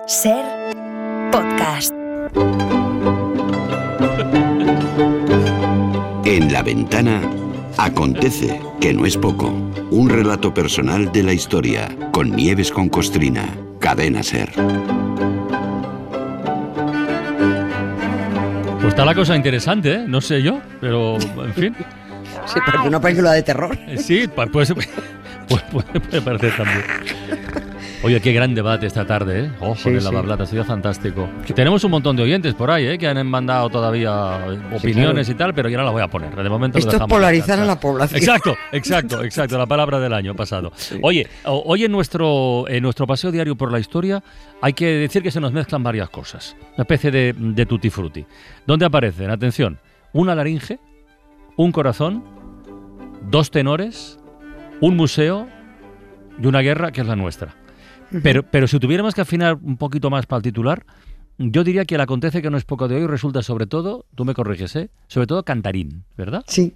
Ser podcast. En La Ventana acontece, que no es poco. Un relato personal de la historia, con Nieves con Costrina, Cadena Ser. Pues está la cosa interesante, ¿eh? No sé yo, pero en fin. Sí, pero una película de terror. Sí, puede parecer también. Oye, qué gran debate esta tarde, ¿eh? Ojo, Sí, de sí. Lavaplata, sería fantástico. Tenemos un montón de oyentes por ahí, ¿eh? Que han mandado todavía opiniones y tal, pero yo no las voy a poner. De momento Esto lo es dejamos polarizar a descansar. la población. Exacto, la palabra del año pasado. Oye, hoy en nuestro paseo diario por la historia hay que decir que se nos mezclan varias cosas. Una especie de tutti frutti. ¿Dónde aparecen? Atención, una laringe, un corazón, dos tenores, un museo y una guerra que es la nuestra. Pero si tuviéramos que afinar un poquito más para el titular, yo diría que el acontece que no es poco de hoy resulta sobre todo, tú me corriges, sobre todo cantarín, ¿verdad? Sí.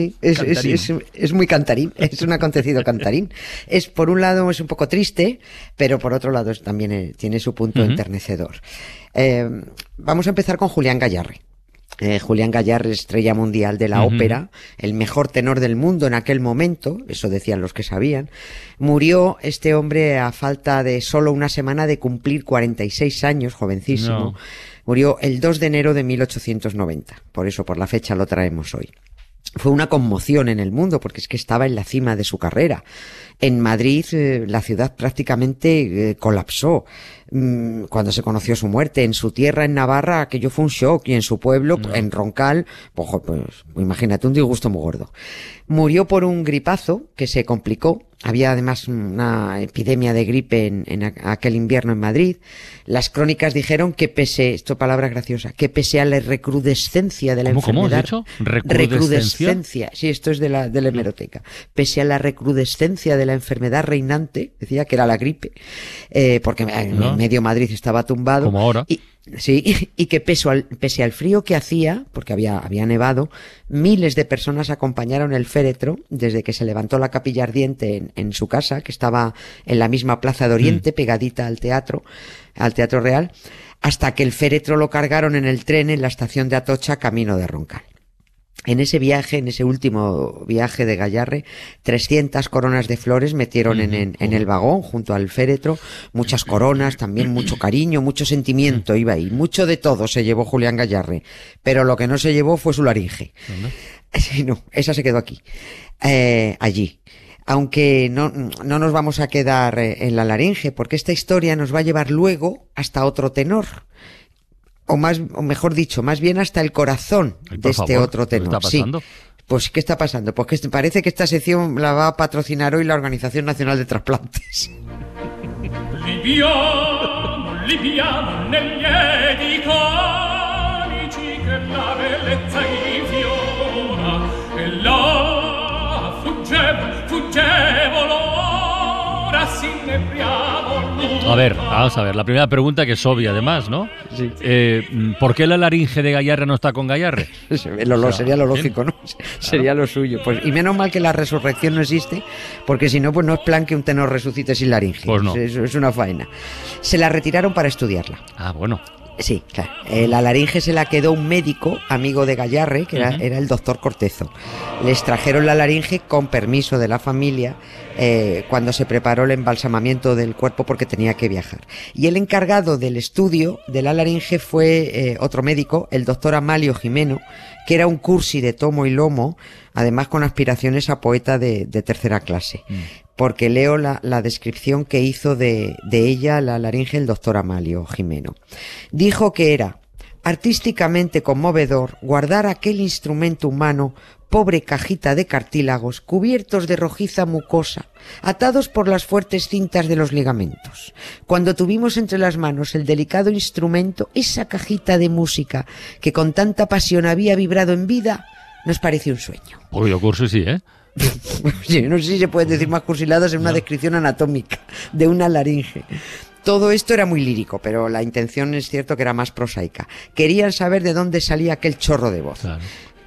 Es muy cantarín, es un acontecido cantarín. Es, por un lado, es un poco triste, pero por otro lado también tiene su punto enternecedor. Vamos a empezar con Julián Gayarre. Julián Gayarre, estrella mundial de la ópera, el mejor tenor del mundo en aquel momento, eso decían los que sabían. Murió este hombre a falta de solo una semana de cumplir 46 años, jovencísimo. No. Murió el 2 de enero de 1890, por eso por la fecha lo traemos hoy. Fue una conmoción en el mundo porque es que estaba en la cima de su carrera. En Madrid la ciudad prácticamente colapsó cuando se conoció su muerte. En su tierra, en Navarra, aquello fue un shock, y en su pueblo, en Roncal, pues imagínate, un disgusto muy gordo. Murió por un gripazo que se complicó. Había además una epidemia de gripe en aquel invierno en Madrid. Las crónicas dijeron que esto palabra graciosa, que pese a la recrudescencia de la ¿Cómo has enfermedad. dicho? ¿Recrudescencia? Sí, esto es de la hemeroteca. Pese a la recrudescencia de la enfermedad reinante, decía que era la gripe, porque en medio Madrid estaba tumbado. Como ahora. Y que pese al frío que hacía, porque había nevado, miles de personas acompañaron el féretro desde que se levantó la capilla ardiente en su casa, que estaba en la misma Plaza de Oriente, pegadita al Teatro Real, hasta que el féretro lo cargaron en el tren en la estación de Atocha, camino de Roncal. En ese último viaje de Gayarre, 300 coronas de flores metieron en el vagón junto al féretro, muchas coronas, también mucho cariño, mucho sentimiento iba ahí, mucho de todo se llevó Julián Gayarre, pero lo que no se llevó fue su laringe. Sí, no, esa se quedó aquí, allí. Aunque no nos vamos a quedar en la laringe, porque esta historia nos va a llevar luego hasta otro tenor. O mejor dicho, más bien hasta el corazón de este otro tenor. ¿Qué está pasando? Sí. Pues, ¿qué está pasando? Pues que parece que esta sección la va a patrocinar hoy la Organización Nacional de Trasplantes. Liviamo negli edi conici che la bellezza infiora e là fuggevo l'ora s'innebriavo. Vamos a ver, la primera pregunta que es obvia además, ¿no? Sí. ¿Por qué la laringe de Gayarre no está con Gayarre? Sería lo lógico, ¿no? Sería lo suyo. Pues, y menos mal que la resurrección no existe, porque si no, pues no es plan que un tenor resucite sin laringe. Pues no. Es una faena. Se la retiraron para estudiarla. Ah, bueno. Sí, claro. La laringe se la quedó un médico, amigo de Gayarre, que era el doctor Cortezo. Les trajeron la laringe con permiso de la familia cuando se preparó el embalsamamiento del cuerpo porque tenía que viajar. Y el encargado del estudio de la laringe fue otro médico, el doctor Amalio Gimeno, que era un cursi de tomo y lomo, además con aspiraciones a poeta de tercera clase. Porque leo la descripción que hizo de ella, la laringe, el doctor Amalio Gimeno. Dijo que era artísticamente conmovedor guardar aquel instrumento humano, pobre cajita de cartílagos, cubiertos de rojiza mucosa, atados por las fuertes cintas de los ligamentos. Cuando tuvimos entre las manos el delicado instrumento, esa cajita de música que con tanta pasión había vibrado en vida, nos pareció un sueño. Uy, yo curso sí, ¿eh? Yo no sé si se puede decir más cursiladas en una descripción anatómica de una laringe. Todo esto era muy lírico, pero la intención es cierto que era más prosaica. Querían saber de dónde salía aquel chorro de voz. Claro.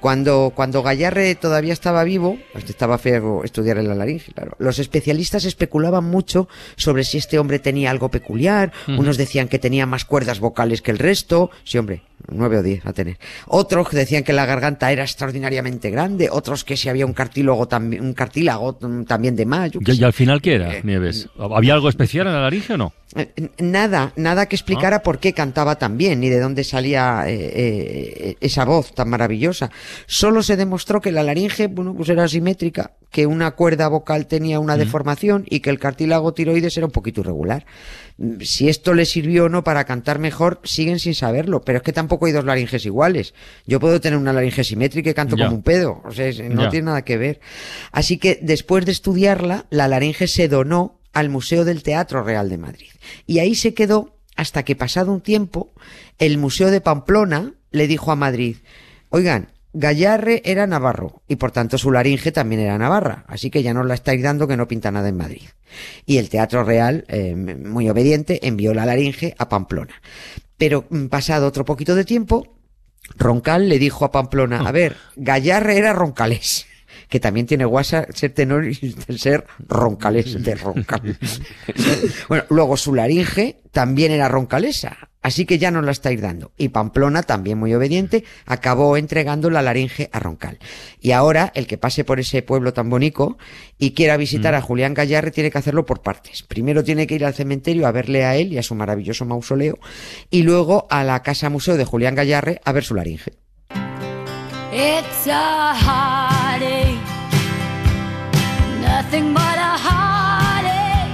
Cuando Gayarre todavía estaba vivo, pues estaba feo estudiar en la laringe, claro. Los especialistas especulaban mucho sobre si este hombre tenía algo peculiar. Unos decían que tenía más cuerdas vocales que el resto. Sí, hombre, 9 o 10 a tener. Otros decían que la garganta era extraordinariamente grande. Otros que si había un cartílago también de más. ¿Y al final qué era, Nieves? ¿Había algo especial en la laringe o no? Nada que explicara por qué cantaba tan bien ni de dónde salía esa voz tan maravillosa. Solo se demostró que la laringe, pues era asimétrica, que una cuerda vocal tenía una deformación y que el cartílago tiroides era un poquito irregular. Si esto le sirvió o no para cantar mejor, siguen sin saberlo, pero es que tampoco hay dos laringes iguales. Yo puedo tener una laringe simétrica y canto como un pedo, o sea, no tiene nada que ver. Así que después de estudiarla, la laringe se donó al Museo del Teatro Real de Madrid. Y ahí se quedó hasta que, pasado un tiempo, el Museo de Pamplona le dijo a Madrid: oigan, Gayarre era navarro y por tanto su laringe también era navarra, así que ya nos la estáis dando, que no pinta nada en Madrid. Y el Teatro Real, muy obediente, envió la laringe a Pamplona. Pero pasado otro poquito de tiempo, Roncal le dijo a Pamplona: a ver, Gayarre era roncalés, que también tiene guasa ser tenor y ser roncalés, de Roncal. Bueno, luego su laringe también era roncalesa, así que ya nos la estáis dando. Y Pamplona, también muy obediente, acabó entregando la laringe a Roncal. Y ahora, el que pase por ese pueblo tan bonito y quiera visitar a Julián Gayarre tiene que hacerlo por partes. Primero tiene que ir al cementerio a verle a él y a su maravilloso mausoleo, y luego a la casa museo de Julián Gayarre a ver su laringe. It's a heartache, nothing but a heartache.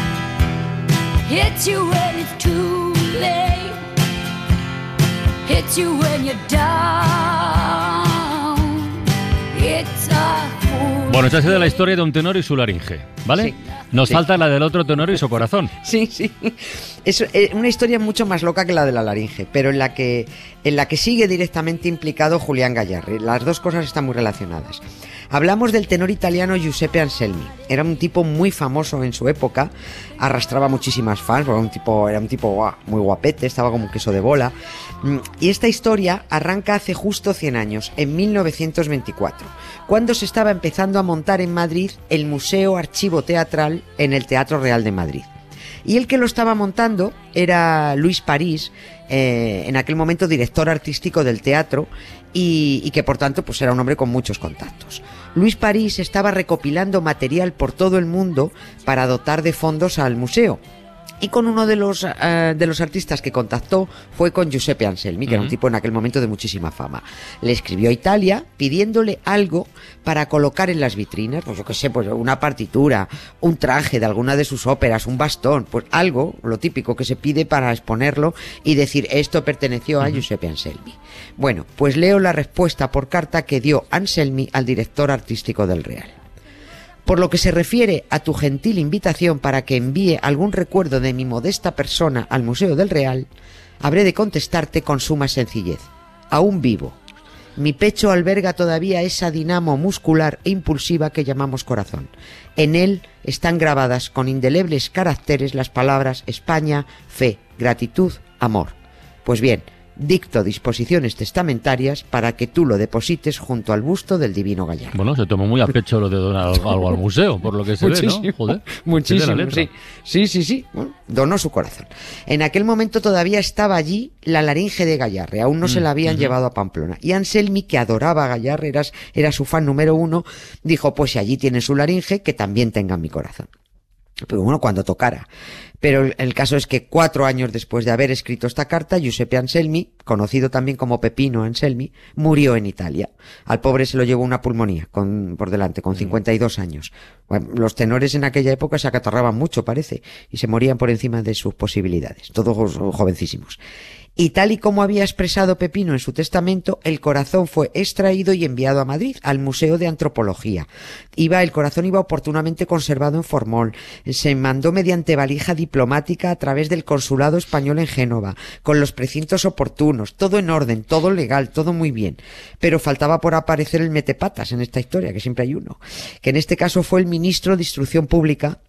Hits you when it's too late, hits you when you're down. It's a fool. Bueno, esta ha sido la historia de un tenor y su laringe, ¿vale? Sí. Nos falta la del otro tenor y su corazón. Sí. Es una historia mucho más loca que la de la laringe, pero en la que sigue directamente implicado Julián Gayarre. Las dos cosas están muy relacionadas. Hablamos del tenor italiano Giuseppe Anselmi. Era un tipo muy famoso en su época, arrastraba muchísimas fans, era un tipo muy guapete, estaba como un queso de bola. Y esta historia arranca hace justo 100 años, en 1924, cuando se estaba empezando a montar en Madrid el Museo Archivo Teatral en el Teatro Real de Madrid. Y el que lo estaba montando era Luis París, en aquel momento director artístico del teatro, y que por tanto pues era un hombre con muchos contactos. Luis París estaba recopilando material por todo el mundo para dotar de fondos al museo. Y con uno de los artistas que contactó fue con Giuseppe Anselmi, que era un tipo en aquel momento de muchísima fama. Le escribió a Italia pidiéndole algo para colocar en las vitrinas, pues yo qué sé, pues una partitura, un traje de alguna de sus óperas, un bastón, pues algo, lo típico que se pide para exponerlo y decir esto perteneció a Giuseppe Anselmi. Bueno, pues leo la respuesta por carta que dio Anselmi al director artístico del Real. Por lo que se refiere a tu gentil invitación para que envíe algún recuerdo de mi modesta persona al Museo del Real, habré de contestarte con suma sencillez. Aún vivo. Mi pecho alberga todavía esa dinamo muscular e impulsiva que llamamos corazón. En él están grabadas con indelebles caracteres las palabras España, fe, gratitud, amor. Pues bien, dicto disposiciones testamentarias para que tú lo deposites junto al busto del divino Gayarre. Bueno, se tomó muy a pecho lo de donar algo al museo, por lo que se ve, ¿no? Joder, muchísimo, sí. Bueno, donó su corazón. En aquel momento todavía estaba allí la laringe de Gayarre, aún no se la habían llevado a Pamplona. Y Anselmi, que adoraba a Gayarre, era su fan número 1, dijo, pues si allí tiene su laringe, que también tenga mi corazón. Pero bueno, cuando tocara. Pero el caso es que 4 años después de haber escrito esta carta, Giuseppe Anselmi, conocido también como Pepino Anselmi, murió en Italia. Al pobre se lo llevó una pulmonía por delante, con 52 años. Bueno, los tenores en aquella época se acatarraban mucho, parece, y se morían por encima de sus posibilidades, todos jovencísimos. Y tal y como había expresado Pepino en su testamento, el corazón fue extraído y enviado a Madrid, al Museo de Antropología. El corazón iba oportunamente conservado en formol. Se mandó mediante valija diplomática a través del consulado español en Génova, con los precintos oportunos, todo en orden, todo legal, todo muy bien. Pero faltaba por aparecer el metepatas en esta historia, que siempre hay uno, que en este caso fue el ministro de Instrucción Pública,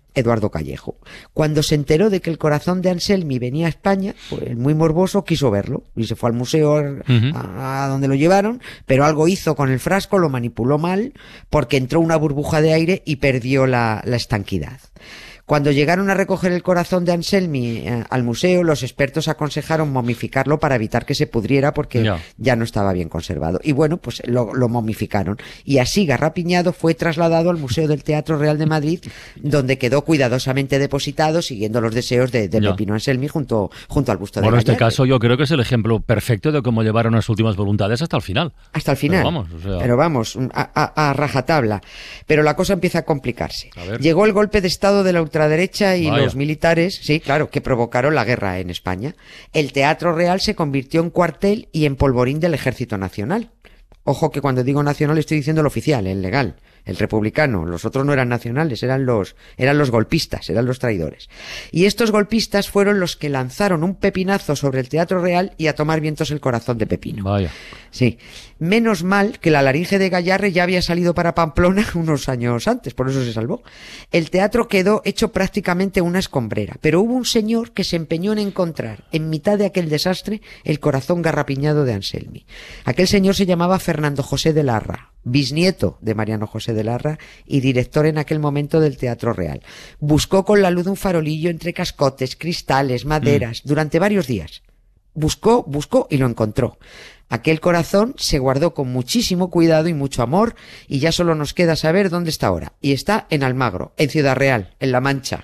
Eduardo Callejo. Cuando se enteró de que el corazón de Anselmi venía a España, pues muy morboso quiso verlo y se fue al museo a donde lo llevaron, pero algo hizo con el frasco, lo manipuló mal porque entró una burbuja de aire y perdió la estanquidad. Cuando llegaron a recoger el corazón de Anselmi al museo, los expertos aconsejaron momificarlo para evitar que se pudriera porque ya no estaba bien conservado. Y bueno, pues lo momificaron. Y así, garrapiñado, fue trasladado al Museo del Teatro Real de Madrid, donde quedó cuidadosamente depositado, siguiendo los deseos de Peppino Anselmi junto al busto de Gallarre. Bueno, este caso yo creo que es el ejemplo perfecto de cómo llevaron las últimas voluntades hasta el final. Hasta el final. Pero vamos, a rajatabla. Pero la cosa empieza a complicarse. Llegó el golpe de estado de la ultraderecha y los militares, sí, claro, que provocaron la guerra en España. El Teatro Real se convirtió en cuartel y en polvorín del Ejército Nacional. Ojo que cuando digo nacional estoy diciendo el oficial, el legal, el republicano. Los otros no eran nacionales, eran los golpistas, eran los traidores. Y estos golpistas fueron los que lanzaron un pepinazo sobre el Teatro Real y a tomar vientos el corazón de Peppino. Vaya. Sí. Menos mal que la laringe de Gallarre ya había salido para Pamplona unos años antes, por eso se salvó. El teatro quedó hecho prácticamente una escombrera, pero hubo un señor que se empeñó en encontrar, en mitad de aquel desastre, el corazón garrapiñado de Anselmi. Aquel señor se llamaba Fernando José de Larra, bisnieto de Mariano José de Larra y director en aquel momento del Teatro Real. Buscó con la luz de un farolillo entre cascotes, cristales, maderas, durante varios días. Buscó y lo encontró. Aquel corazón se guardó con muchísimo cuidado y mucho amor y ya solo nos queda saber dónde está ahora. Y está en Almagro, en Ciudad Real, en La Mancha.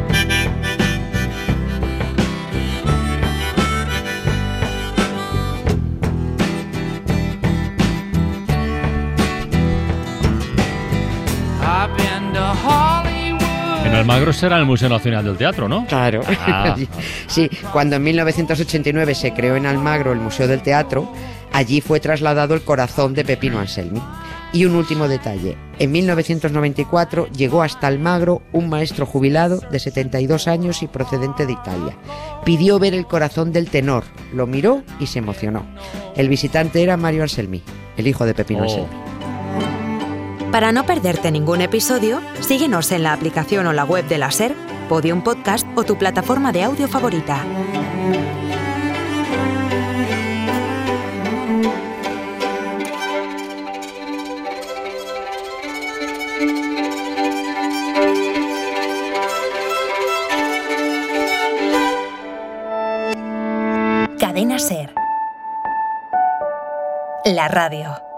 En Almagro será el Museo Nacional del Teatro, ¿no? Claro. Sí, cuando en 1989 se creó en Almagro el Museo del Teatro, allí fue trasladado el corazón de Peppino Anselmi. Y un último detalle, en 1994 llegó hasta Almagro un maestro jubilado de 72 años y procedente de Italia. Pidió ver el corazón del tenor, lo miró y se emocionó. El visitante era Mario Anselmi, el hijo de Peppino Anselmi. Para no perderte ningún episodio, síguenos en la aplicación o la web de la SER, Podium Podcast o tu plataforma de audio favorita. Cadena SER. La radio.